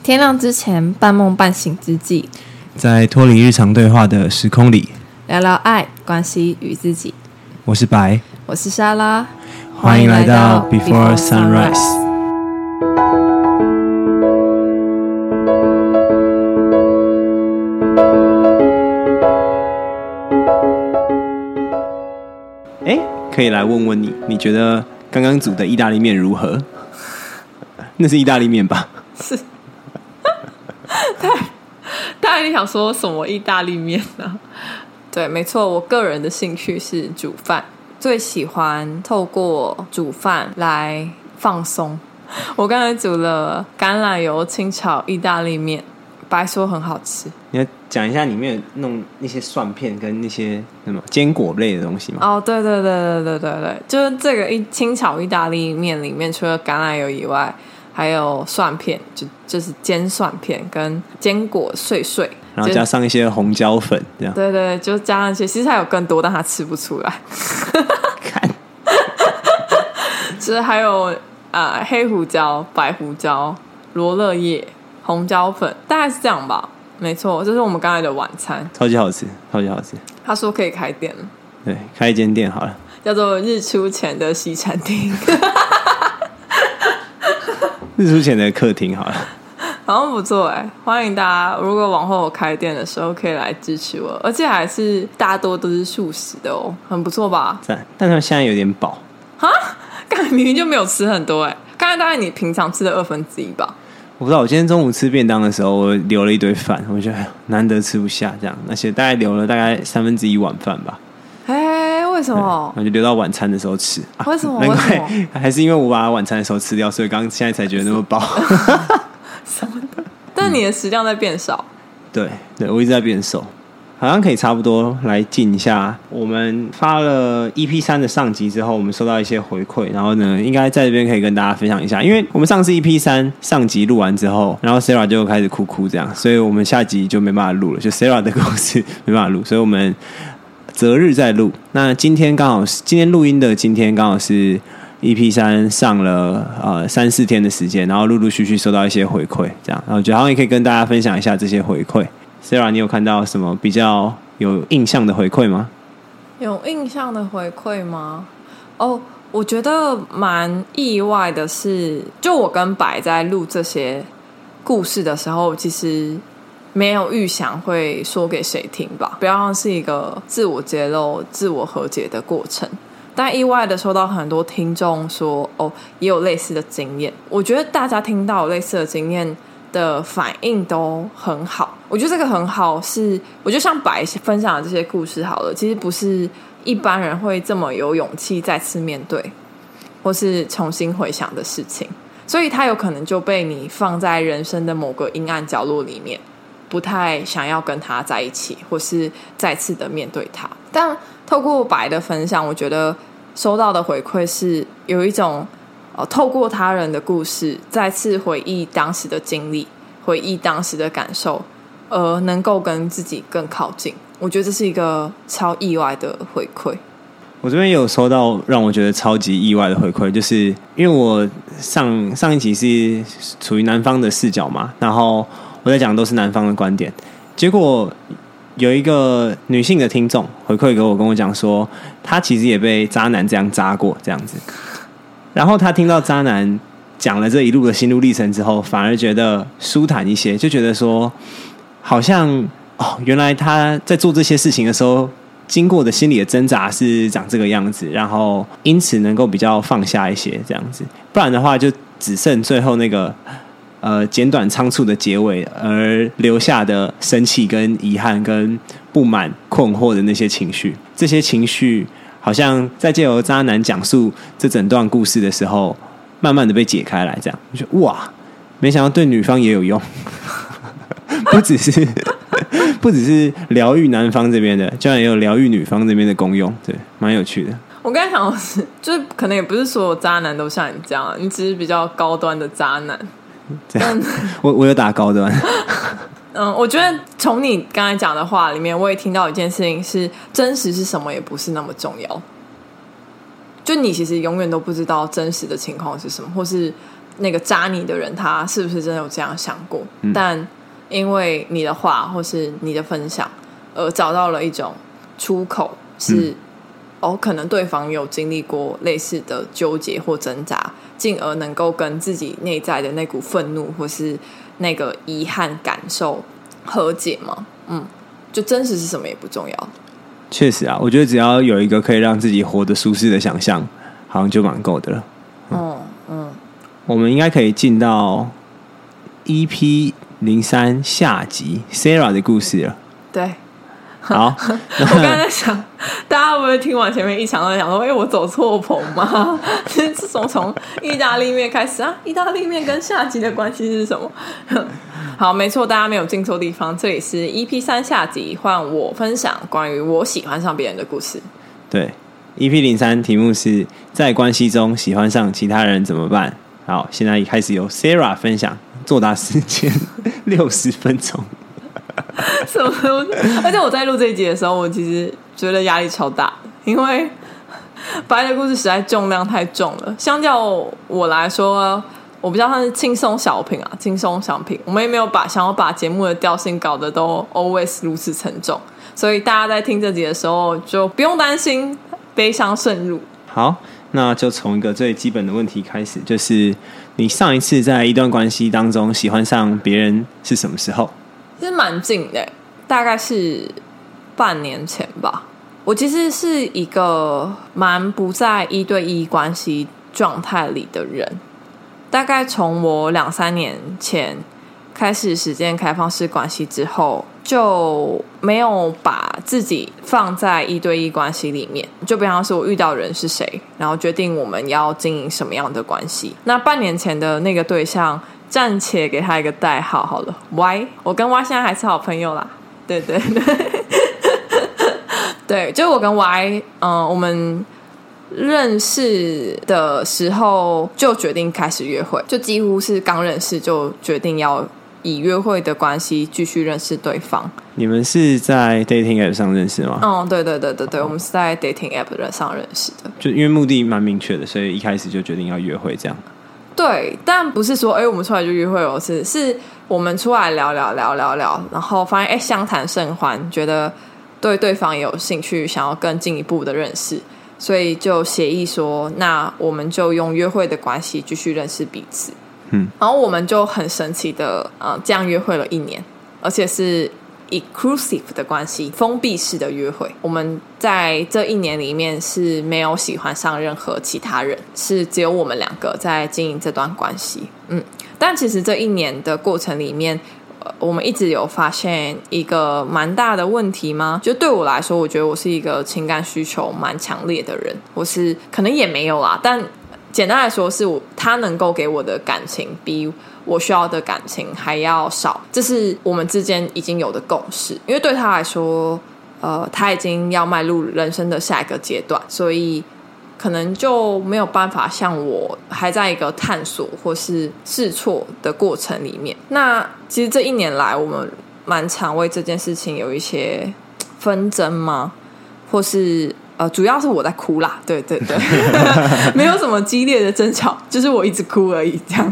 天亮之前，半梦半醒之际， 在脱离日常对话的时空里， 聊聊爱、关系与自己。 我是白， 我是莎拉， 欢迎来到 Before Sunrise。可以来问问你，你觉得刚刚煮的意大利面如何？那是意大利面吧？ 是。大家一定想说什么意大利面呢？对，没错，我个人的兴趣是煮饭，最喜欢透过煮饭来放松。我刚才煮了橄榄油清炒意大利面，白说很好吃。 你要讲一下里面弄那些蒜片跟那些什么坚果类的东西吗？ 哦，对，就是这个清炒意大利面里面，除了橄榄油以外，还有蒜片，就是煎蒜片跟坚果碎碎， 然后加上一些红椒粉，这样。 对，就加上一些，其实还有更多，但他吃不出来。 看， 就是还有黑胡椒、白胡椒、罗勒叶、红椒粉，大概是这样吧。没错，这是我们刚才的晚餐， 超级好吃，超级好吃。 他说可以开店了， 对，开一间店好了， 叫做日出前的西餐厅。 日出前的客厅好了， 好像不错哎，欢迎大家，如果往后我开店的时候可以来支持我，而且还是大多都是素食的哦，很不错吧？ 赞，但是现在有点饱。 哈，刚才明明就没有吃很多哎，刚才大概你平常吃的1/2吧。 我不知道，我今天中午吃便当的时候，我留了一堆饭，我觉得难得吃不下这样，而且大概留了大概1/3碗饭吧。 为什么？ 我就留到晚餐的时候吃。 为什么？ 难怪还是因为我把晚餐的时候吃掉，所以现在才觉得那么饱。 什么的？但你的食量在变少。 对，我一直在变瘦，好像可以差不多来进一下。我们发了 EP3 的上集之后，我们收到一些回馈，然后呢，应该在这边可以跟大家分享一下。因为我们上次 EP3 上集录完之后，然后 Sarah 就开始哭这样，所以我们下集就没办法录了，就 Sarah 的故事没办法录，所以我们择日再录。那今天录音的今天刚好是 EP3 上了3-4天的时间，然后陆陆续续收到一些回馈，这样，然后我觉得好像也可以跟大家分享一下这些回馈。Sarah， 你有看到什么比较有印象的回馈吗？ 有印象的回馈吗？我觉得蛮意外的是，就我跟白在录这些故事的时候，其实没有预想会说给谁听吧，比较像是一个自我揭露、自我和解的过程。但意外的收到很多听众说，也有类似的经验。我觉得大家听到有类似的经验的反应都很好，我觉得这个很好，是我觉得像白分享的这些故事好了，其实不是一般人会这么有勇气再次面对，或是重新回想的事情，所以它有可能就被你放在人生的某个阴暗角落里面，不太想要跟他在一起，或是再次的面对他。但透过白的分享，我觉得收到的回馈是有一种透过他人的故事再次回忆当时的经历，回忆当时的感受，而能够跟自己更靠近。我觉得这是一个超意外的回馈。 我这边也有收到让我觉得超级意外的回馈，就是因为我上一集是处于男方的视角嘛，然后我在讲都是男方的观点，结果有一个女性的听众回馈给我，跟我讲说她其实也被渣男这样渣过这样子，然后她听到渣男讲了这一路的心路历程之后，反而觉得舒坦一些，就觉得说好像原来她在做这些事情的时候经过的心理的挣扎是长这个样子，然后因此能够比较放下一些这样子，不然的话就只剩最后那个简短仓促的结尾，而留下的生气跟遗憾跟不满困惑的那些情绪，这些情绪好像在借由渣男讲述这整段故事的时候慢慢的被解开来，这样我觉得哇，没想到对女方也有用。不只是疗愈男方这边的，居然也有疗愈女方这边的功用，对，蛮有趣的。 我刚才想的是，就是可能也不是所有渣男都像你这样，你只是比较高端的渣男。 这样，我有打高端。 我觉得从你刚才讲的话里面，我也听到一件事情是，真实是什么也不是那么重要。就你其实永远都不知道真实的情况是什么，或是那个扎你的人他是不是真的有这样想过，但因为你的话或是你的分享而找到了一种出口，是可能对方有经历过类似的纠结或挣扎，进而能够跟自己内在的那股愤怒或是那个遗憾感受和解吗？就真实是什么也不重要。 确实啊，我觉得只要有一个可以让自己活得舒适的想象，好像就蛮够的了。我们应该可以进到 EP03 下集 Sarah 的故事了。 对， 好。 我刚才在想，大家会不会听完前面一场都在想说，我走错棚吗？是从意大利面开始啊？意大利面跟下集的关系是什么？好，没错，大家没有进错地方，这里是 EP3 下集，换我分享关于我喜欢上别人的故事。 对， EP03 题目是在关系中喜欢上其他人怎么办？好，现在一开始由 Sarah 分享，作答时间60分钟。 什么？而且我在录这一集的时候，我其实觉得压力超大，因为白的故事实在重量太重了，相较我来说，我比较像是轻松小品啊，轻松小品。我们也没有想要把节目的调性搞得都 always 如此沉重，所以大家在听这集的时候就不用担心悲伤渗入。 好，那就从一个最基本的问题开始，就是你上一次在一段关系当中喜欢上别人是什么时候？ 其实蛮近的，大概是半年前吧。我其实是一个蛮不在一对一关系状态里的人，大概从我2-3年前开始实践开放式关系之后，就没有把自己放在一对一关系里面，就比方是我遇到人是谁，然后决定我们要经营什么样的关系。那半年前的那个对象，暂且给他一个代号好了 Y， 我跟 Y 现在还是好朋友啦。对对对对，就我跟 Y 我们认识的时候就决定开始约会，就几乎是刚认识就决定要以约会的关系继续认识对方。 你们是在 dating app 上认识吗？ 对对对对对，我们是在 dating app 上认识的， 就因为目的蛮明确的，所以一开始就决定要约会这样。 对，但不是说我们出来就约会哦，是我们出来聊，然后发现相谈甚欢，觉得对对方也有兴趣，想要更进一步的认识，所以就协议说，那我们就用约会的关系继续认识彼此。然后我们就很神奇的这样约会了1年，而且是exclusive 的关系，封闭式的约会。我们在这1年里面是没有喜欢上任何其他人，是只有我们2个在经营这段关系。但其实这1年的过程里面，我们一直有发现一个蛮大的问题吗？就对我来说，我觉得我是一个情感需求蛮强烈的人，我是可能也没有啦，但简单来说是他能够给我的感情比我需要的感情还要少，这是我们之间已经有的共识。因为对他来说他已经要迈入人生的下一个阶段，所以可能就没有办法像我还在一个探索或是试错的过程里面。那其实这1年来我们蛮常为这件事情有一些纷争吗？或是主要是我在哭啦，对对对没有什么激烈的争吵，就是我一直哭而已这样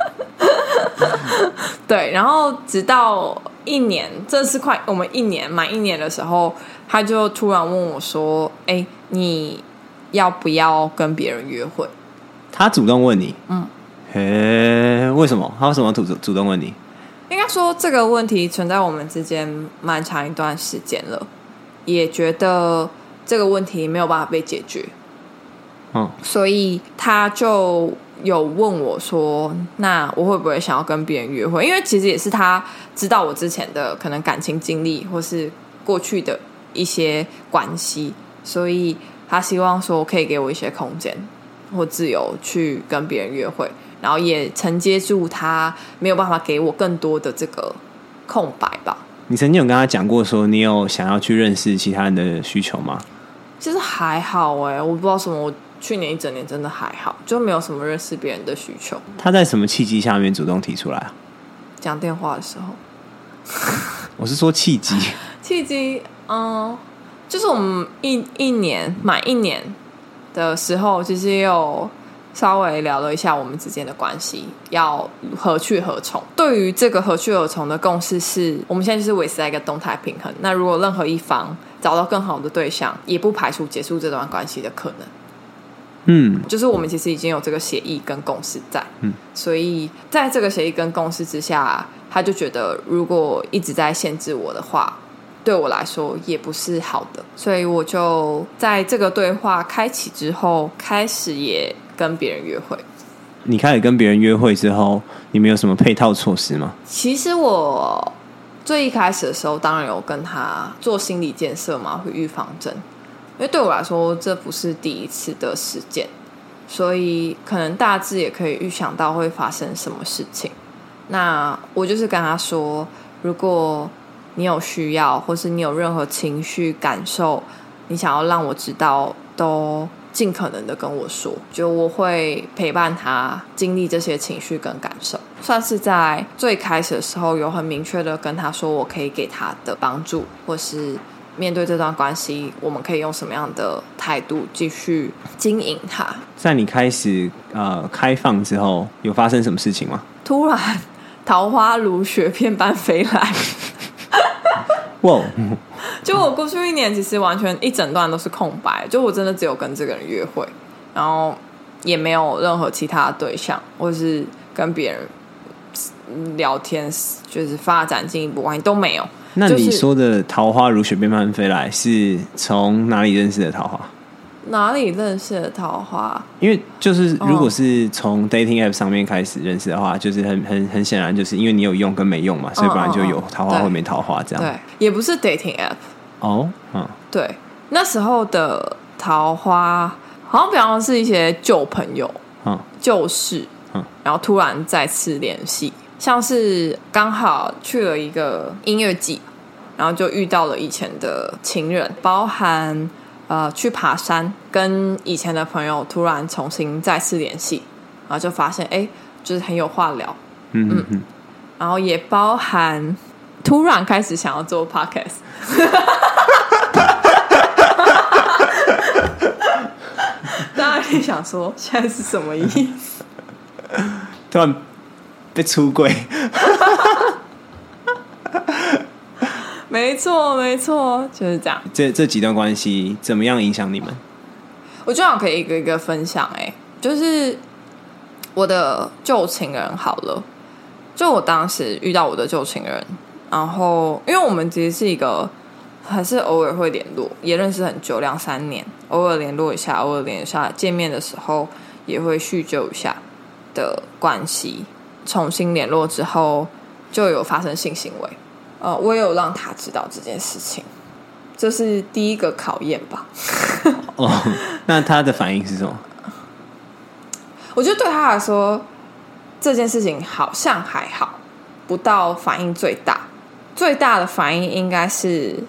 对，然后直到1年，这是快我们满1年的时候，他就突然问我说你要不要跟别人约会？他主动问你？为什么？他为什么主动问你？ 应该说这个问题存在我们之间蛮长一段时间了，也觉得这个问题没有办法被解决，所以他就有问我说，那我会不会想要跟别人约会？因为其实也是他知道我之前的可能感情经历或是过去的一些关系，所以他希望说可以给我一些空间或自由去跟别人约会，然后也承接住他没有办法给我更多的这个空白吧。 你曾经有跟他讲过说你有想要去认识其他人的需求吗？ 其实还好我不知道什么，我去年1整年真的还好，就没有什么认识别人的需求。 他在什么契机下面主动提出来？ 讲电话的时候我是说契机就是我们满1年的时候，其实也有稍微聊了一下我们之间的关系要何去何从。对于这个何去何从的共识是，我们现在就是维持在一个动态平衡。那如果任何一方找到更好的对象，也不排除结束这段关系的可能。就是我们其实已经有这个协议跟共识在，所以在这个协议跟共识之下，他就觉得如果一直在限制我的话，对我来说也不是好的，所以我就在这个对话开启之后，开始也跟别人约会。 你开始跟别人约会之后，你们有什么配套措施吗？ 其实我最一开始的时候，当然有跟他做心理建设嘛，会预防针。因为对我来说，这不是第一次的事件，所以可能大致也可以预想到会发生什么事情。那我就是跟他说，如果你有需要，或是你有任何情绪感受，你想要让我知道，都尽可能的跟我说，就我会陪伴他经历这些情绪跟感受。算是在最开始的时候，有很明确的跟他说我可以给他的帮助，或是面对这段关系，我们可以用什么样的态度继续经营它。 在你开始开放之后，有发生什么事情吗？ 突然桃花如雪片般飞来。 哇！ 就我过去1年其实完全一整段都是空白，就我真的只有跟这个人约会，然后也没有任何其他的对象，或是跟别人聊天，就是发展进一步关系都没有。 那你说的桃花如雪片般飞来，是从哪里认识的桃花？ 哪里认识的桃花？ 因为就是如果是从 dating app 上面开始认识的话，就是很显然，就是因为你有用跟没用嘛，所以不然就有桃花或没桃花这样。 对，也不是 dating app。 哦， 对，那时候的桃花好像比方是一些旧朋友、旧事，然后突然再次联系。像是刚好去了一个音乐季，然后就遇到了以前的情人，包含去爬山，跟以前的朋友突然重新再次联系，然后就发现就是很有话聊，然后也包含突然开始想要做 podcast。大家也想说现在是什么意思？ 突然被出柜。 没错没错，就是这样。 这几段关系怎么样影响你们？ 我就想可以一个一个分享。就是我的旧情人好了，就我当时遇到我的旧情人，然后因为我们其实是一个还是偶尔会联络，也认识很久2-3年，偶尔联络一下，偶尔联络一下，见面的时候也会叙旧一下的关系。重新联络之后就有发生性行为，我也有让他知道这件事情，这是第一个考验吧。 那他的反应是什么？ 我觉得对他来说这件事情好像还好，不到反应最大。最大的反应应该是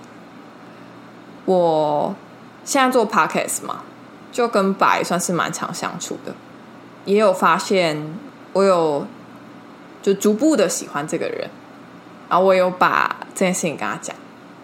我现在做 podcast 嘛，就跟白算是蛮常相处的，也有发现我有就逐步的喜欢这个人，然后我有把这件事情跟他讲，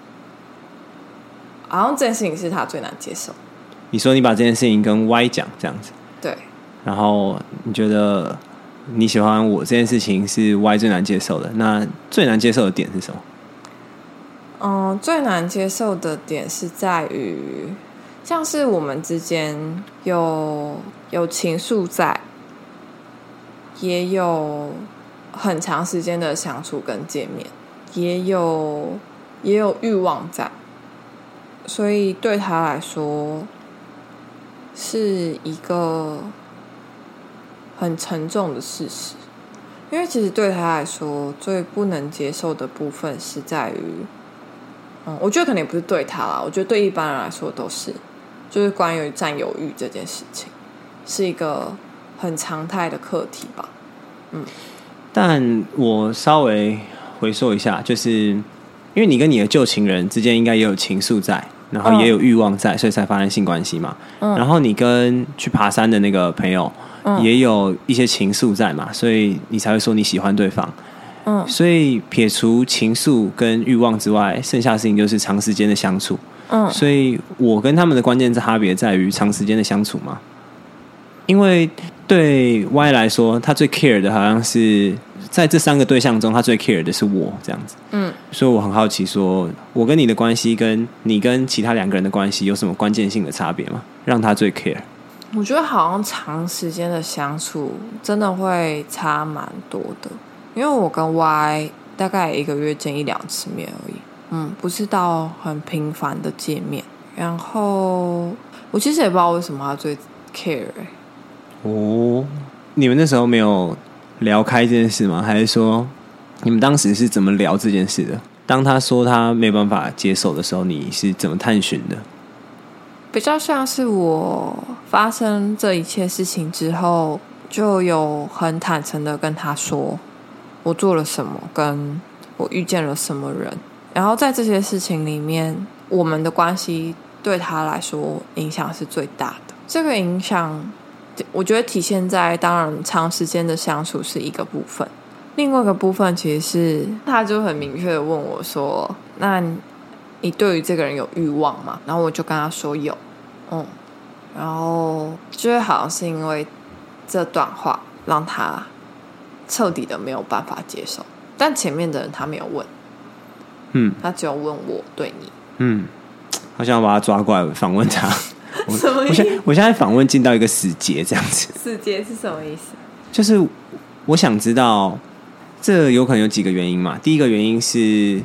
好像这件事情是他最难接受。 你说你把这件事情跟 Y 讲这样子， 对， 然后你觉得你喜欢我这件事情是 Y 最难接受的，那最难接受的点是什么？ 最难接受的点是在于，像是我们之间有情愫在，也有很长时间的相处跟见面，也有欲望在，所以对他来说是一个很沉重的事实。因为其实对他来说最不能接受的部分是在于我觉得可能也不是对他啦，我觉得对一般人来说都是，就是关于占有欲这件事情是一个很常态的课题吧。 但我稍微回溯一下，就是因为你跟你的旧情人之间应该也有情愫在，然后也有欲望在，所以才发生性关系嘛。然后你跟去爬山的那个朋友也有一些情愫在嘛，所以你才会说你喜欢对方。所以撇除情愫跟欲望之外，剩下的事情就是长时间的相处。所以我跟他们的关键差别在于长时间的相处嘛。因为对 Y 来说，他最 care 的好像是在这3个对象中，他最 care 的是我这样子。所以我很好奇说，我跟你的关系跟你跟其他2个人的关系有什么关键性的差别吗？让他最 care？ 我觉得好像长时间的相处真的会差蛮多的，因为我跟 Y 大概1个月见1-2次面而已，不是到很频繁的见面。然后我其实也不知道为什么他最 care。 你们那时候没有聊开这件事吗？还是说你们当时是怎么聊这件事的？当他说他没办法接受的时候，你是怎么探寻的？ 比较像是我发生这一切事情之后，就有很坦诚的跟他说我做了什么，跟我遇见了什么人，然后在这些事情里面，我们的关系对他来说影响是最大的。这个影响我觉得体现在当然长时间的相处是一个部分，另外一个部分其实是他就很明确的问我说，那你对于这个人有欲望吗？然后我就跟他说有。然后就好像是因为这段话让他彻底的没有办法接受，但前面的人他没有问，他只有问我对你。 好想把他抓过来访问他。 什么意思？ 我现在访问进到一个死结这样子。 死结是什么意思？就是我想知道，这有可能有几个原因嘛。第一个原因是，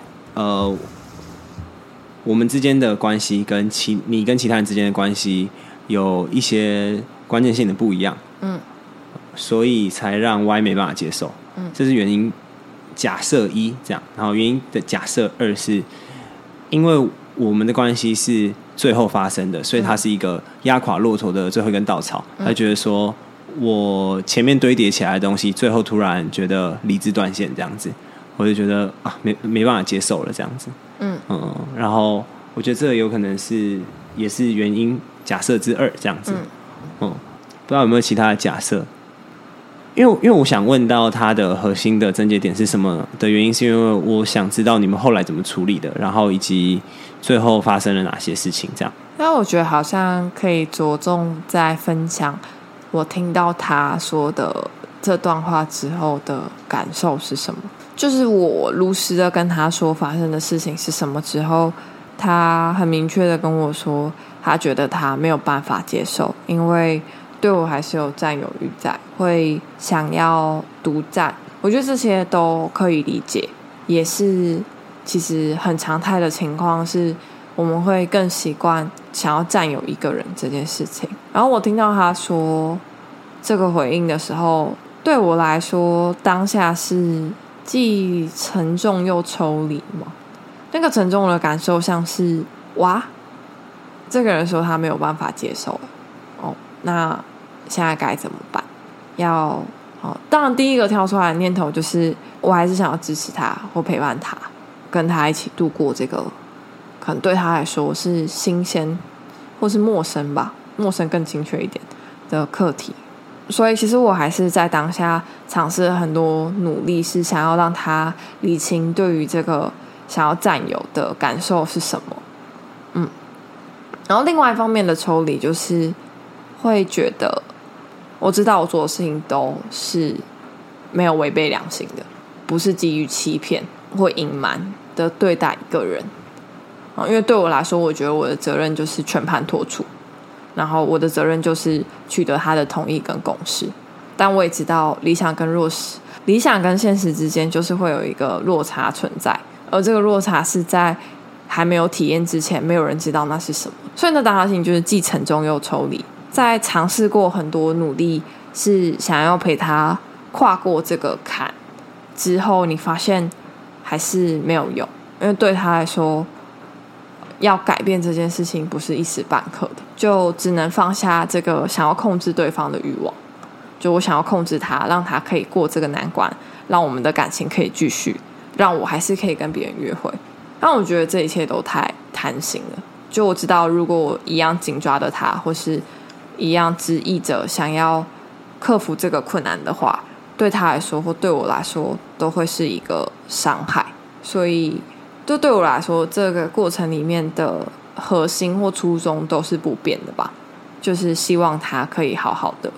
我们之间的关系跟你跟其他人之间的关系有一些关键性的不一样，所以才让 Y 没办法接受，这是原因。假设1这样，然后原因的假设2是，因为我们的关系是最后发生的，所以它是一个压垮骆驼的最后一根稻草。他觉得说，我前面堆叠起来的东西，最后突然觉得理智断线这样子，我就觉得没办法接受了这样子。然后我觉得这有可能是也是原因假设之2这样子。不知道有没有其他的假设？因为我想问到他的核心的症结点是什么的原因，是因为我想知道你们后来怎么处理的，然后以及最后发生了哪些事情这样。 那我觉得好像可以着重在分享我听到他说的这段话之后的感受是什么。就是我如实的跟他说发生的事情是什么之后，他很明确的跟我说，他觉得他没有办法接受，因为对我还是有占有欲在，会想要独占。我觉得这些都可以理解，也是其实很常态的情况，是我们会更习惯想要占有一个人这件事情。然后我听到他说这个回应的时候，对我来说当下是既沉重又抽离嘛。那个沉重的感受像是，哇，这个人说他没有办法接受了，那现在该怎么办？当然第一个跳出来的念头就是我还是想要支持他或陪伴他，跟他一起度过这个可能对他来说是新鲜或是陌生吧，陌生更精确一点的课题。所以其实我还是在当下尝试了很多努力，是想要让他理清对于这个想要占有的感受是什么。然后另外一方面的抽离就是会觉得我知道我做的事情都是没有违背良心的，不是基于欺骗或隐瞒的对待一个人。因为对我来说，我觉得我的责任就是全盘托出，然后我的责任就是取得他的同意跟共识。但我也知道理想跟现实之间就是会有一个落差存在，而这个落差是在还没有体验之前，没有人知道那是什么。所以那当下性就是既沉重又抽离。在尝试过很多努力，是想要陪他跨过这个坎之后，你发现还是没有用，因为对他来说，要改变这件事情不是一时半刻的，就只能放下这个想要控制对方的欲望。就我想要控制他，让他可以过这个难关，让我们的感情可以继续，让我还是可以跟别人约会。但我觉得这一切都太贪心了。就我知道，如果我一样紧抓着他，或是一样执意着想要克服这个困难的话，对他来说或对我来说都会是一个伤害。所以就对我来说，这个过程里面的核心或初衷都是不变的吧，就是希望他可以好好的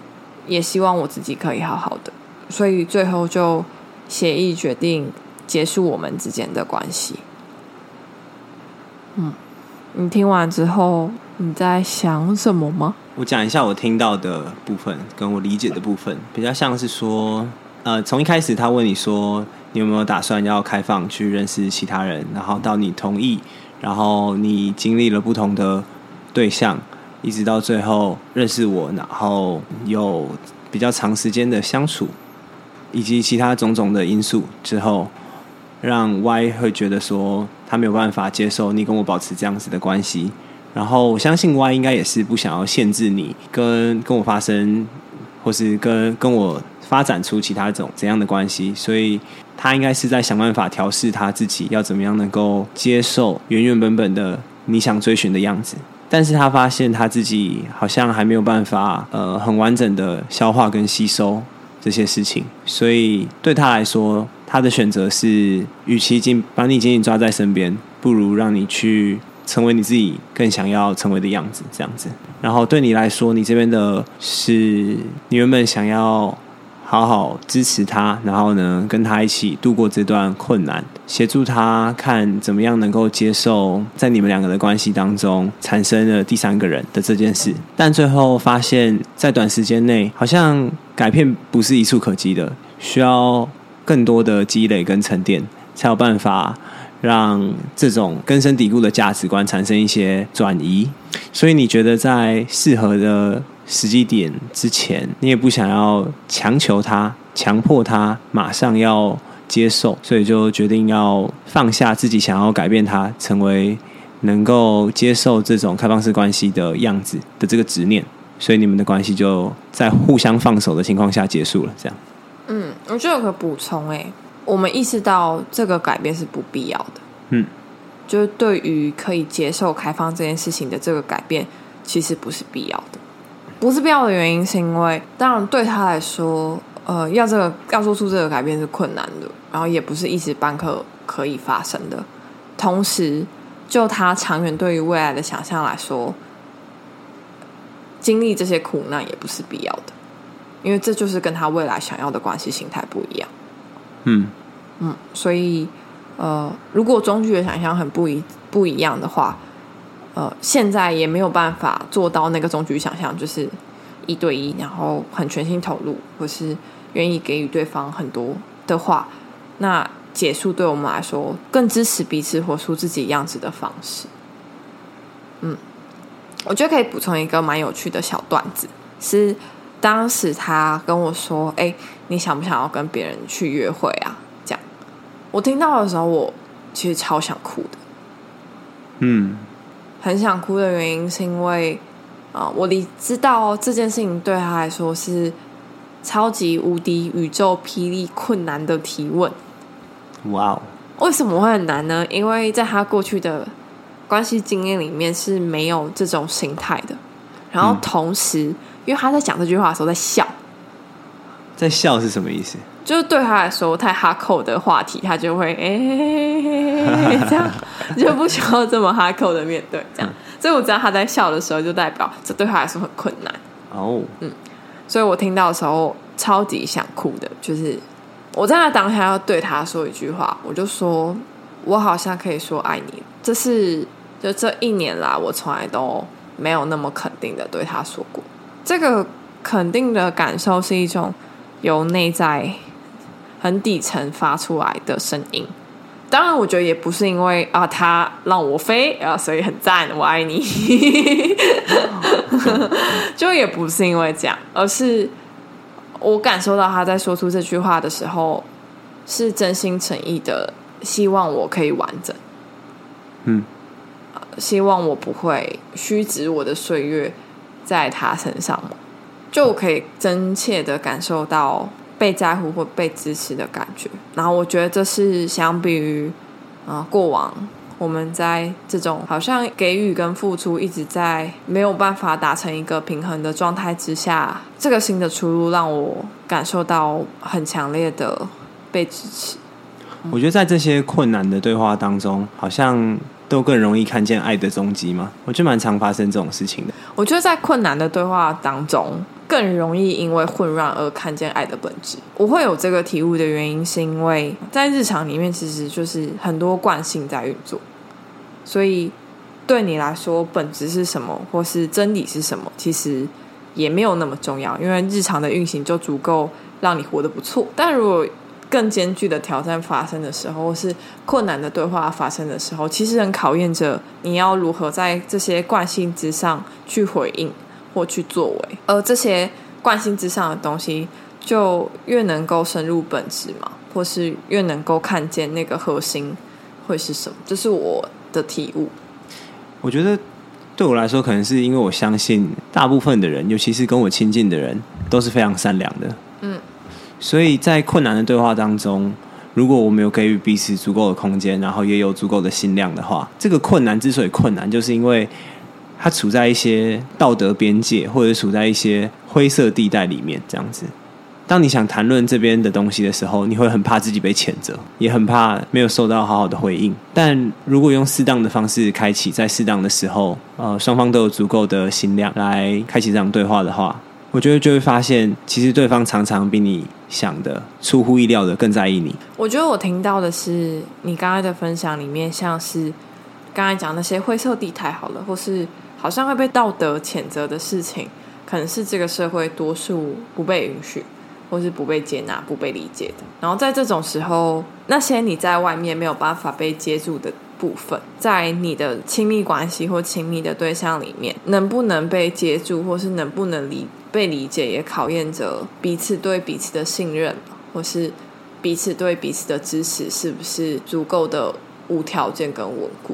也希望我自己可以好好的，所以最后就协议决定结束我们之间的关系。你听完之后你在想什么吗？ 我讲一下我听到的部分跟我理解的部分，比较像是说从一开始他问你说你有没有打算要开放去认识其他人，然后到你同意，然后你经历了不同的对象，一直到最后认识我，然后有比较长时间的相处，以及其他种种的因素之后，让 Y 会觉得说他没有办法接受你跟我保持这样子的关系。然后我相信 Y 应该也是不想要限制你跟我发生，或是跟我发展出其他种怎样的关系，所以他应该是在想办法调试他自己要怎么样能够接受原原本本的你想追寻的样子。但是他发现他自己好像还没有办法很完整的消化跟吸收这些事情，所以对他来说，他的选择是与其把你紧紧抓在身边，不如让你去成为你自己更想要成为的样子，这样子。然后对你来说，你这边的是你原本想要好好支持他，然后呢跟他一起度过这段困难，协助他看怎么样能够接受在你们两个的关系当中产生了第三个人的这件事。但最后发现在短时间内好像改变不是一触可及的，需要更多的积累跟沉淀，才有办法让这种根深蒂固的价值观产生一些转移。所以你觉得在适合的时机点之前，你也不想要强求他，强迫他马上要接受，所以就决定要放下自己想要改变他成为能够接受这种开放式关系的样子的这个执念，所以你们的关系就在互相放手的情况下结束了。这样， 我觉得有个补充，我们意识到这个改变是不必要的。就是对于可以接受开放这件事情的这个改变，其实不是必要的。不是必要的原因是因为，当然对他来说，要做出这个改变是困难的，然后也不是一时半刻可以发生的。同时，就他长远对于未来的想象来说，经历这些苦难也不是必要的，因为这就是跟他未来想要的关系形态不一样。所以如果终局的想象很不一样的话，现在也没有办法做到那个终局想象，就是1对1，然后很全心投入，或是愿意给予对方很多的话，那结束对我们来说更支持彼此活出自己样子的方式。我觉得可以补充一个蛮有趣的小段子，是当时他跟我说：“你想不想要跟别人去约会啊？”这样，我听到的时候，我其实超想哭的。很想哭的原因是因为我知道这件事情对他来说是超级无敌宇宙霹雳困难的提问。 哇哦！ 为什么会很难呢？因为在他过去的关系经验里面是没有这种心态的。然后同时，因为他在讲这句话的时候在笑。 在笑是什么意思？ 就是对他来说太哈扣的话题，他就会这样，就不需要这么哈扣的面对这样。所以我知道他在笑的时候，就代表这对他来说很困难。所以我听到的时候超级想哭的，就是我在那当下要对他说一句话，我就说我好像可以说爱你。就这1年来，我从来都没有那么肯定的对他说过。这个肯定的感受是一种由内在很底层发出来的声音。当然我觉得也不是因为他让我飞所以很赞，我爱你就也不是因为这样，而是我感受到他在说出这句话的时候是真心诚意的希望我可以完整，希望我不会虚掷我的岁月在他身上，就我可以真切的感受到被在乎或被支持的感觉。然后我觉得这是相比于过往我们在这种好像给予跟付出一直在没有办法达成一个平衡的状态之下，这个新的出路让我感受到很强烈的被支持。 我觉得在这些困难的对话当中，好像都更容易看见爱的踪迹嘛。我觉得蛮常发生这种事情的。 我觉得在困难的对话当中， 更容易因为混乱而看见爱的本质。我会有这个体悟的原因是因为在日常里面其实就是很多惯性在运作，所以对你来说本质是什么或是真理是什么其实也没有那么重要，因为日常的运行就足够让你活得不错。但如果更艰巨的挑战发生的时候，或是困难的对话发生的时候，其实很考验着你要如何在这些惯性之上去回应或去作为，而这些惯性之上的东西就越能够深入本质嘛，或是越能够看见那个核心会是什么，这是我的体悟。 我觉得对我来说，可能是因为我相信大部分的人，尤其是跟我亲近的人，都是非常善良的。所以在困难的对话当中，如果我们有给予彼此足够的空间，然后也有足够的心量的话，这个困难之所以困难，就是因为它处在一些道德边界，或者处在一些灰色地带里面，这样子。当你想谈论这边的东西的时候，你会很怕自己被谴责，也很怕没有受到好好的回应。但如果用适当的方式开启，在适当的时候，双方都有足够的心量来开启这场对话的话，我觉得就会发现，其实对方常常比你想的出乎意料的更在意你。 我觉得我听到的是你刚才的分享里面，像是刚才讲那些灰色地带好了，或是好像会被道德谴责的事情，可能是这个社会多数不被允许，或是不被接纳、不被理解的。然后在这种时候，那些你在外面没有办法被接住的部分，在你的亲密关系或亲密的对象里面，能不能被接住，或是能不能被理解，也考验着彼此对彼此的信任，或是彼此对彼此的支持是不是足够的无条件跟稳固。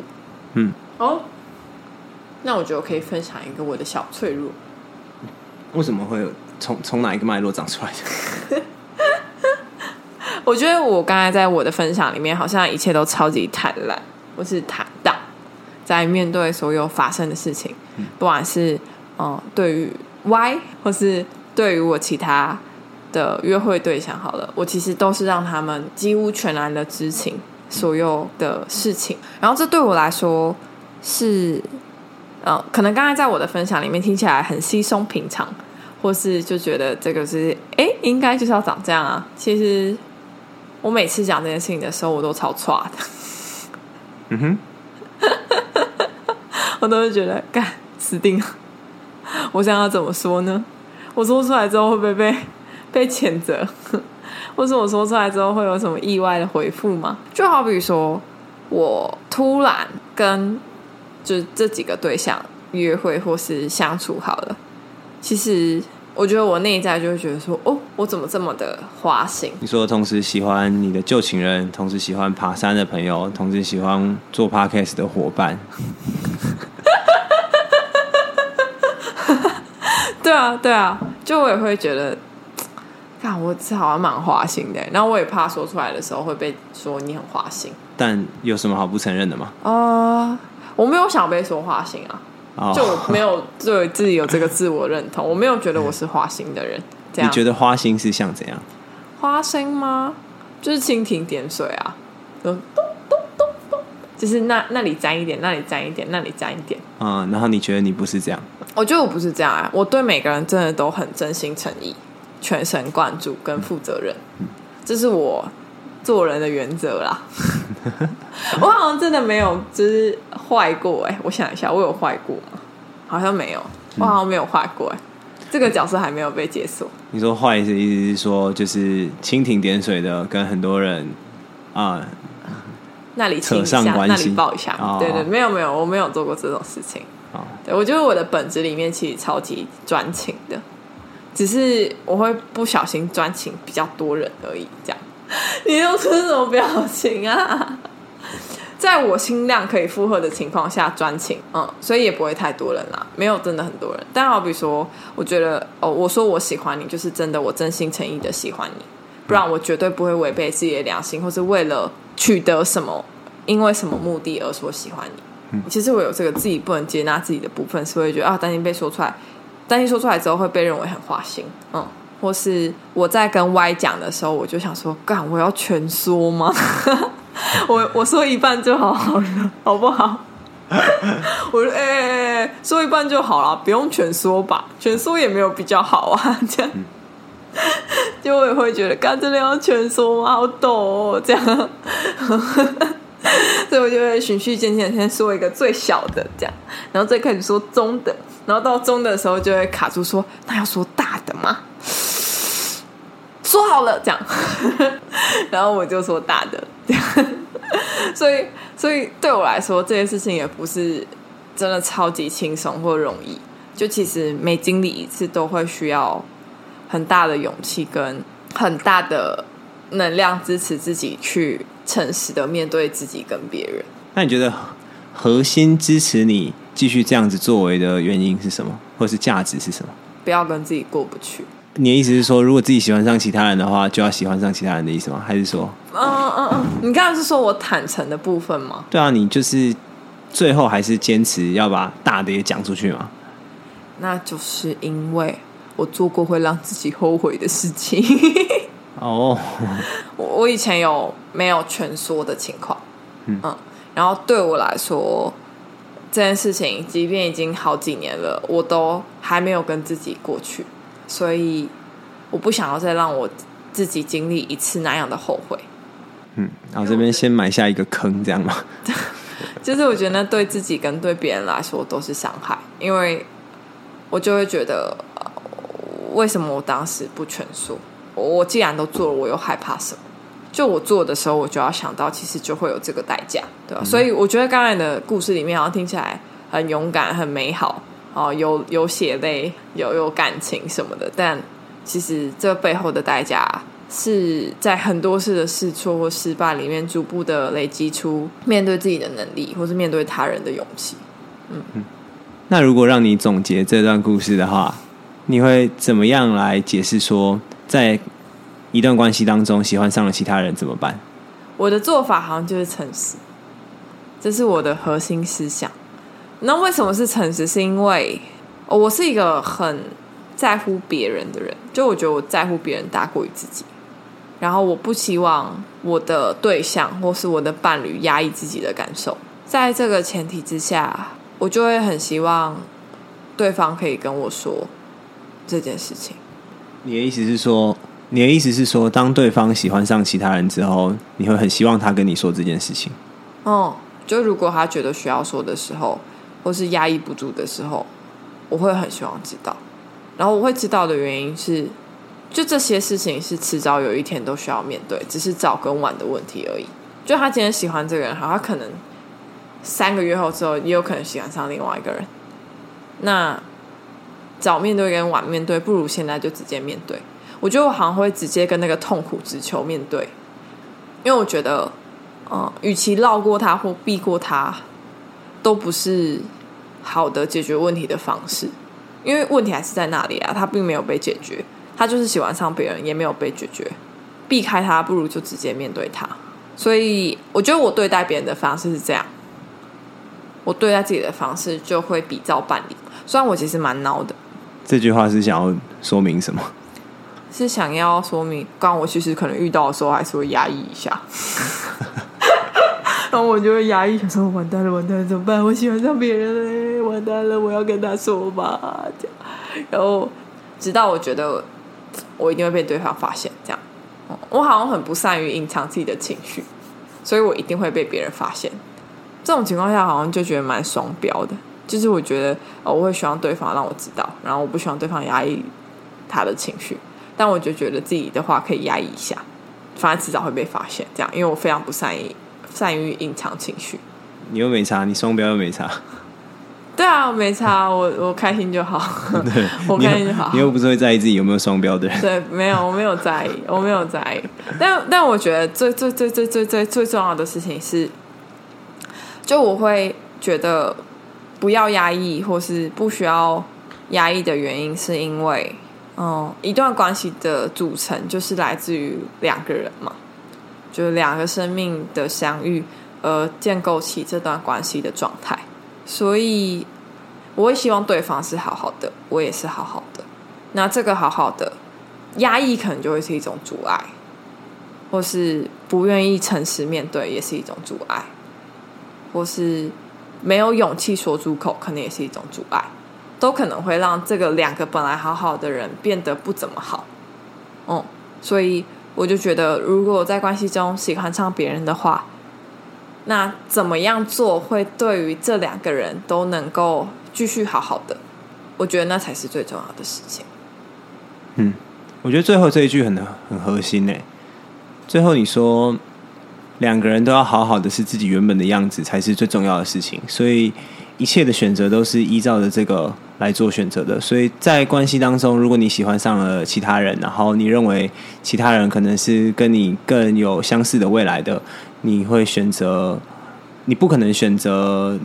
那我觉得我可以分享一个我的小脆弱。 为什么会有从哪一个脉络长出来的？ 我觉得我刚才在我的分享里面，好像一切都超级坦然或是坦荡，在面对所有发生的事情，不管是对于 Y 或是对于我其他的约会对象好了，我其实都是让他们几乎全然的知情所有的事情。然后这对我来说是可能刚才在我的分享里面听起来很稀松平常，或是就觉得这个是应该就是要长这样啊。其实我每次讲这件事情的时候，我都超挫的。我都会觉得干死定了，我想要怎么说呢？我说出来之后会不会被谴责，或是我说出来之后会有什么意外的回复吗？就好比说我突然跟就这几个对象约会或是相处好了，其实我觉得我内在就会觉得说，我怎么这么的花心？ 你说同时喜欢你的旧情人，同时喜欢爬山的朋友，同时喜欢做 podcast 的伙伴。 对啊，就我也会觉得，看我好像蛮花心的，然后我也怕说出来的时候会被说你很花心。 但有什么好不承认的吗？ 我没有想被说花心啊。就我没有对自己有这个自我认同，我没有觉得我是花心的人。这样你觉得花心是像怎样？ 花心吗？就是蜻蜓点水啊，就咚咚咚咚，就是那里沾一点，那里沾一点，那里沾一点。 然后你觉得你不是这样？ 我觉得我不是这样我对每个人真的都很真心诚意、全神贯注跟负责任，这是我做人的原则啦。我好像真的没有就是坏过我想一下，我有坏过吗？好像没有，我好像没有坏过这个角色还没有被解锁。 你说坏的意思是说，就是蜻蜓点水的跟很多人那里亲一下，那里抱一下。对，没有，我没有做过这种事情。对，我觉得我的本质里面其实超级专情的，只是我会不小心专情比较多人而已。这样，你又出什么表情啊？在我心量可以负荷的情况下专情，所以也不会太多人啦，没有真的很多人。但好比说，我觉得我说我喜欢你，就是真的我真心诚意的喜欢你，不然我绝对不会违背自己的良心，或是为了取得什么，因为什么目的而说喜欢你。其实我有这个自己不能接纳自己的部分，是会觉得担心被说出来，担心说出来之后会被认为很花心，或是我在跟 Y 讲的时候，我就想说，干，我要全说吗？我说一半就好了，好不好？ 我说说一半就好了，不用全说吧，全说也没有比较好啊，这样。就我也会觉得，干真的要全说吗？好抖哦，这样。所以我就会循序渐进，先说一个最小的，这样，然后再开始说中的，然后到中的时候就会卡住说，那要说大的吗？说好了，这样。然后我就说大的，这样。所以对我来说，这件事情也不是真的超级轻松或容易。就其实每经历一次，都会需要很大的勇气跟很大的能量支持自己去诚实的面对自己跟别人。 那你觉得核心支持你继续这样子作为的原因是什么，或是价值是什么？ 不要跟自己过不去。 你的意思是说，如果自己喜欢上其他人的话，就要喜欢上其他人的意思吗？还是说， 你刚才是说我坦诚的部分吗？ 对啊，你就是最后还是坚持要把大的也讲出去嘛？ 那就是因为我做过会让自己后悔的事情。 哦， 我以前没有全说的情况，然后对我来说，这件事情即便已经好几年了，我都还没有跟自己过去，所以我不想要再让我自己经历一次那样的后悔。 然后这边先埋下一个坑，这样吗？ 就是我觉得那对自己跟对别人来说都是伤害，因为我就会觉得，为什么我当时不全说？我既然都做了，我又害怕什么？就我做的时候，我就要想到，其实就会有这个代价，对吧？所以我觉得刚才的故事里面，好像听起来很勇敢、很美好，有血泪、有感情什么的，但其实这背后的代价是在很多次的试错或失败里面，逐步的累积出面对自己的能力，或是面对他人的勇气。 那如果让你总结这段故事的话，你会怎么样来解释说，在一段关系当中喜欢上了其他人怎么办？ 我的做法好像就是诚实，这是我的核心思想。那为什么是诚实？是因为我是一个很在乎别人的人，就我觉得我在乎别人大过于自己，然后我不希望我的对象或是我的伴侣压抑自己的感受。在这个前提之下，我就会很希望对方可以跟我说这件事情。 你的意思是说，当对方喜欢上其他人之后，你会很希望他跟你说这件事情？ 就如果他觉得需要说的时候，或是压抑不住的时候，我会很希望知道。然后我会知道的原因是，就这些事情是迟早有一天都需要面对，只是早跟晚的问题而已。就他今天喜欢这个人，好，他可能3个月后之后也有可能喜欢上另外一个人。那早面对跟晚面对，不如现在就直接面对。我觉得我好像会直接跟那个痛苦直球面对，因为我觉得，与其绕过他或避过他，都不是好的解决问题的方式。因为问题还是在那里啊，他并没有被解决，他就是喜欢上别人，也没有被解决。避开他，不如就直接面对他。所以，我觉得我对待别人的方式是这样，我对待自己的方式就会比照办理。虽然我其实蛮孬的。 这句话是想要说明什么？ 是想要说明，刚我其实可能遇到的时候还是会压抑一下，然后我就会压抑，想说完蛋了，怎么办？我喜欢上别人了，完蛋了，我要跟他说吧，这样。然后直到我觉得我一定会被对方发现，这样。我好像很不善于隐藏自己的情绪，所以我一定会被别人发现。这种情况下，好像就觉得蛮双标的。就是我觉得，我会希望对方让我知道，然后我不希望对方压抑他的情绪，但我就觉得自己的话可以压抑一下，反正迟早会被发现。这样，因为我非常不善于隐藏情绪。 你又没差，你双标又没差。 对啊，没差，我开心就好。对，我开心就好。 你又不是会在意自己有没有双标的人。 对，没有，我没有在意，我没有在意。但我觉得最重要的事情是，就我会觉得不要压抑，或是不需要压抑的原因，是因为，一段关系的组成就是来自于2个人嘛，就是2个生命的相遇而建构起这段关系的状态。所以我会希望对方是好好的，我也是好好的。那这个好好的压抑可能就会是一种阻碍，或是不愿意诚实面对也是一种阻碍，或是没有勇气说出口，可能也是一种阻碍，都可能会让这个两个本来好好的人变得不怎么好。所以我就觉得，如果在关系中喜欢上别人的话，那怎么样做会对于这两个人都能够继续好好的，我觉得那才是最重要的事情。 我觉得最后这一句很核心耶。最后你说两个人都要好好的是自己原本的样子才是最重要的事情，所以一切的选择都是依照着这个来做选择的。所以在关系当中，如果你喜欢上了其他人，然后你认为其他人可能是跟你更有相似的未来的，你会选择，你不可能选择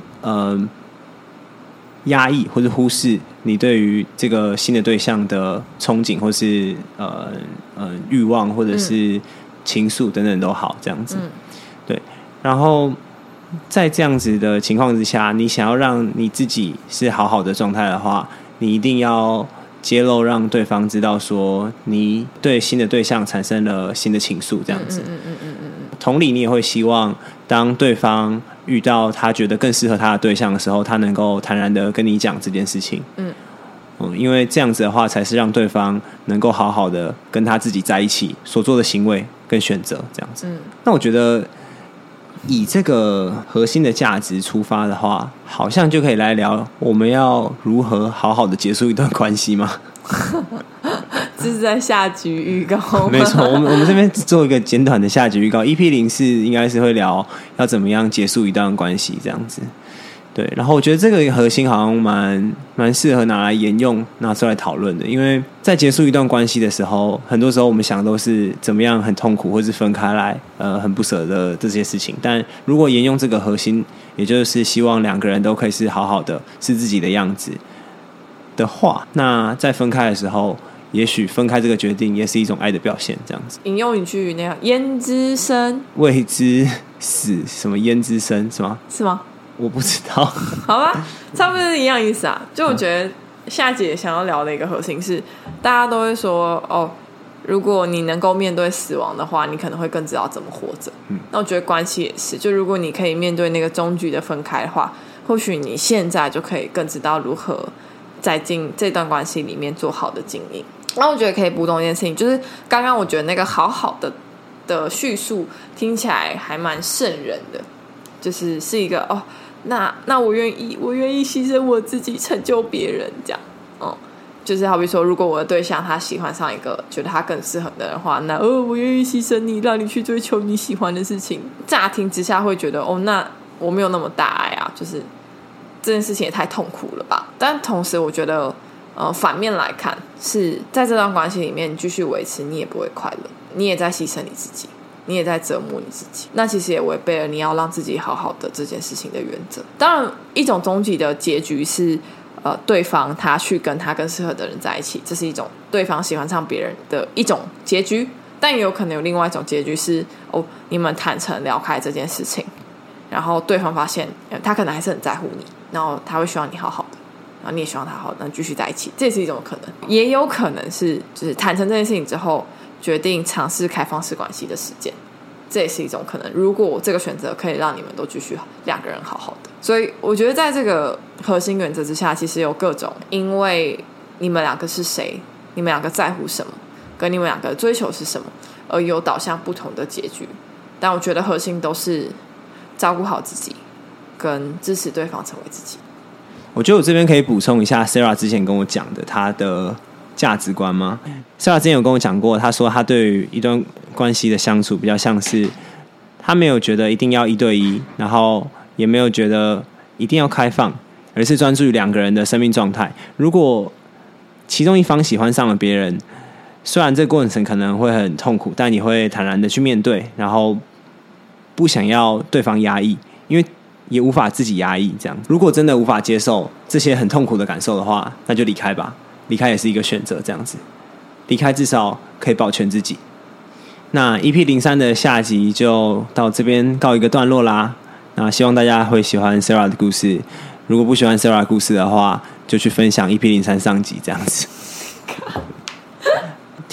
压抑或者忽视你对于这个新的对象的憧憬，或是欲望，或者是情愫等等都好，这样子。对。然后在这样子的情况之下，你想要让你自己是好好的状态的话，你一定要揭露，让对方知道说你对新的对象产生了新的情愫，这样子。同理，你也会希望当对方遇到他觉得更适合他的对象的时候，他能够坦然的跟你讲这件事情。因为这样子的话，才是让对方能够好好的跟他自己在一起所做的行为跟选择，这样子。那我觉得以这个核心的价值出发的话，好像就可以来聊我们要如何好好的结束一段关系吗？ 这是在下集预告吗？ 没错，我们这边做一个简短的下集预告。EP04应该是会聊要怎么样结束一段关系这样子。对，然后我觉得这个核心好像蛮适合拿来沿用，拿出来讨论的。因为在结束一段关系的时候，很多时候我们想都是怎么样很痛苦，或是分开来，很不舍的这些事情。但如果沿用这个核心，也就是希望两个人都可以是好好的，是自己的样子的话，那在分开的时候，也许分开这个决定也是一种爱的表现，这样子。 引用一句那样，焉知生未知死，什么焉知生是吗？ 是吗？ 我不知道。 好吧，差不多是一样意思啊。就我觉得夏姐想要聊的一个核心是，大家都会说如果你能够面对死亡的话，你可能会更知道怎么活着。那我觉得关系也是，就如果你可以面对那个终局的分开的话，或许你现在就可以更知道如何在进这段关系里面做好的经营。然后我觉得可以补充一件事情，就是刚刚我觉得那个好好的叙述听起来还蛮瘆人的，是一个那我愿意牺牲我自己成就别人这样。就是好比说，如果我的对象他喜欢上一个觉得他更适合的人的话，那我愿意牺牲你，让你去追求你喜欢的事情。乍听之下会觉得那我没有那么大爱啊，就是这件事情也太痛苦了吧。但同时我觉得反面来看，是在这段关系里面继续维持，你也不会快乐，你也在牺牲你自己，你也在折磨你自己，那其实也违背了你要让自己好好的这件事情的原则。当然一种终极的结局是对方他去跟他更适合的人在一起，这是一种对方喜欢上别人的一种结局。但也有可能有另外一种结局是你们坦诚聊开这件事情，然后对方发现他可能还是很在乎你，然后他会希望你好好的，然后你也希望他好，那继续在一起，这也是一种可能。也有可能是就是坦诚这件事情之后，决定尝试开放式关系的时间，这也是一种可能。如果这个选择可以让你们都继续两个人好好的，所以我觉得在这个核心原则之下，其实有各种因为你们两个是谁，你们两个在乎什么，跟你们两个追求是什么，而有导向不同的结局。但我觉得核心都是照顾好自己，跟支持对方成为自己。 我觉得我这边可以补充一下 Sarah 之前跟我讲的她的价值观吗？ Sarah 之前有跟我讲过，她说她对于一段关系的相处比较像是她没有觉得一定要一对一，然后也没有觉得一定要开放，而是专注于两个人的生命状态。如果其中一方喜欢上了别人，虽然这个过程可能会很痛苦，但你会坦然的去面对，然后不想要对方压抑，因为也无法自己压抑。这样，如果真的无法接受这些很痛苦的感受的话，那就离开吧。离开也是一个选择，这样子，离开至少可以保全自己。那 EP03 的下集就到这边告一个段落啦。那希望大家会喜欢 Sarah 的故事，如果不喜欢 Sarah 的故事的话，就去分享 EP03 上集这样子。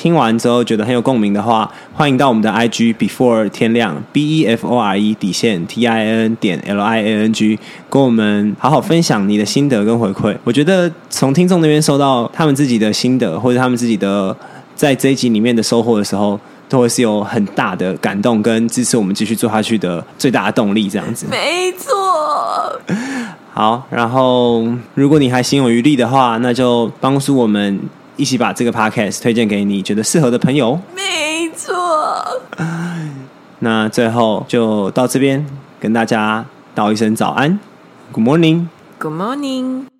听完之后觉得很有共鸣的话，欢迎到我们的 IG before 天亮 BEFORE_TIN_LIANG 跟我们好好分享你的心得跟回馈。我觉得从听众那边收到他们自己的心得或者他们自己的在这一集里面的收获的时候，都会是有很大的感动跟支持我们继续做下去的最大的动力这样子。 没错。 好，然后如果你还心有余力的话，那就帮助我们一起把这个 podcast 推荐给你觉得适合的朋友。 没错。 那最后就到这边跟大家道一声早安 ，Good morning。 Good morning。